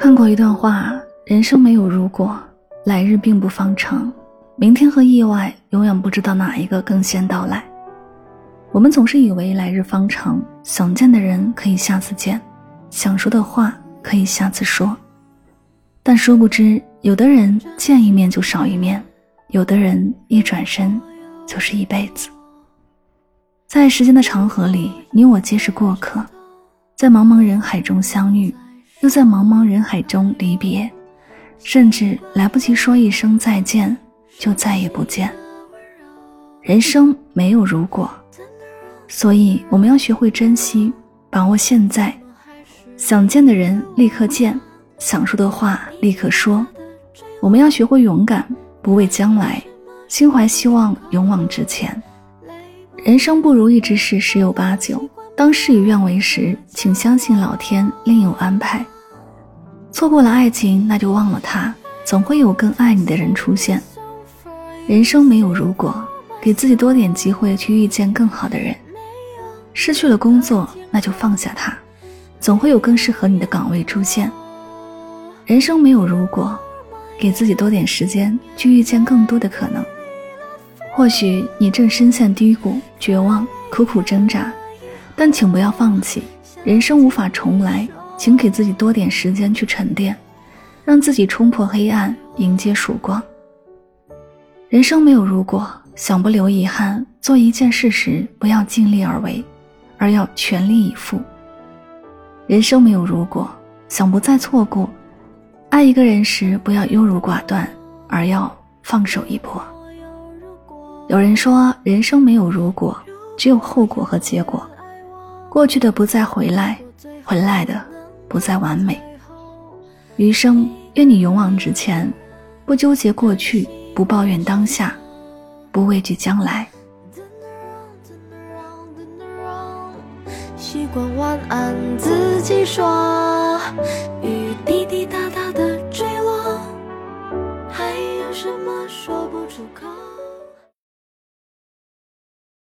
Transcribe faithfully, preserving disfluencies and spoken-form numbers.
看过一段话，人生没有如果，来日并不方长，明天和意外永远不知道哪一个更先到来。我们总是以为来日方长，想见的人可以下次见，想说的话可以下次说，但殊不知有的人见一面就少一面，有的人一转身就是一辈子。在时间的长河里，你我皆是过客，在茫茫人海中相遇，又在茫茫人海中离别，甚至来不及说一声再见，就再也不见。人生没有如果，所以我们要学会珍惜，把握现在，想见的人立刻见，想说的话立刻说。我们要学会勇敢，不畏将来，心怀希望，勇往直前。人生不如意之事十有八九，当事与愿违时，请相信老天另有安排。错过了爱情，那就忘了它，总会有更爱你的人出现。人生没有如果，给自己多点机会去遇见更好的人。失去了工作，那就放下它，总会有更适合你的岗位出现。人生没有如果，给自己多点时间去遇见更多的可能。或许你正深陷低谷，绝望，苦苦挣扎，但请不要放弃，人生无法重来，请给自己多点时间去沉淀，让自己冲破黑暗，迎接曙光。人生没有如果，想不留遗憾，做一件事时不要尽力而为，而要全力以赴。人生没有如果，想不再错过，爱一个人时不要优柔寡断，而要放手一搏。有人说，人生没有如果，只有后果和结果。过去的不再回来，回来的不再完美。余生愿你勇往直前，不纠结过去，不抱怨当下，不畏惧将来。 习惯晚安自己说，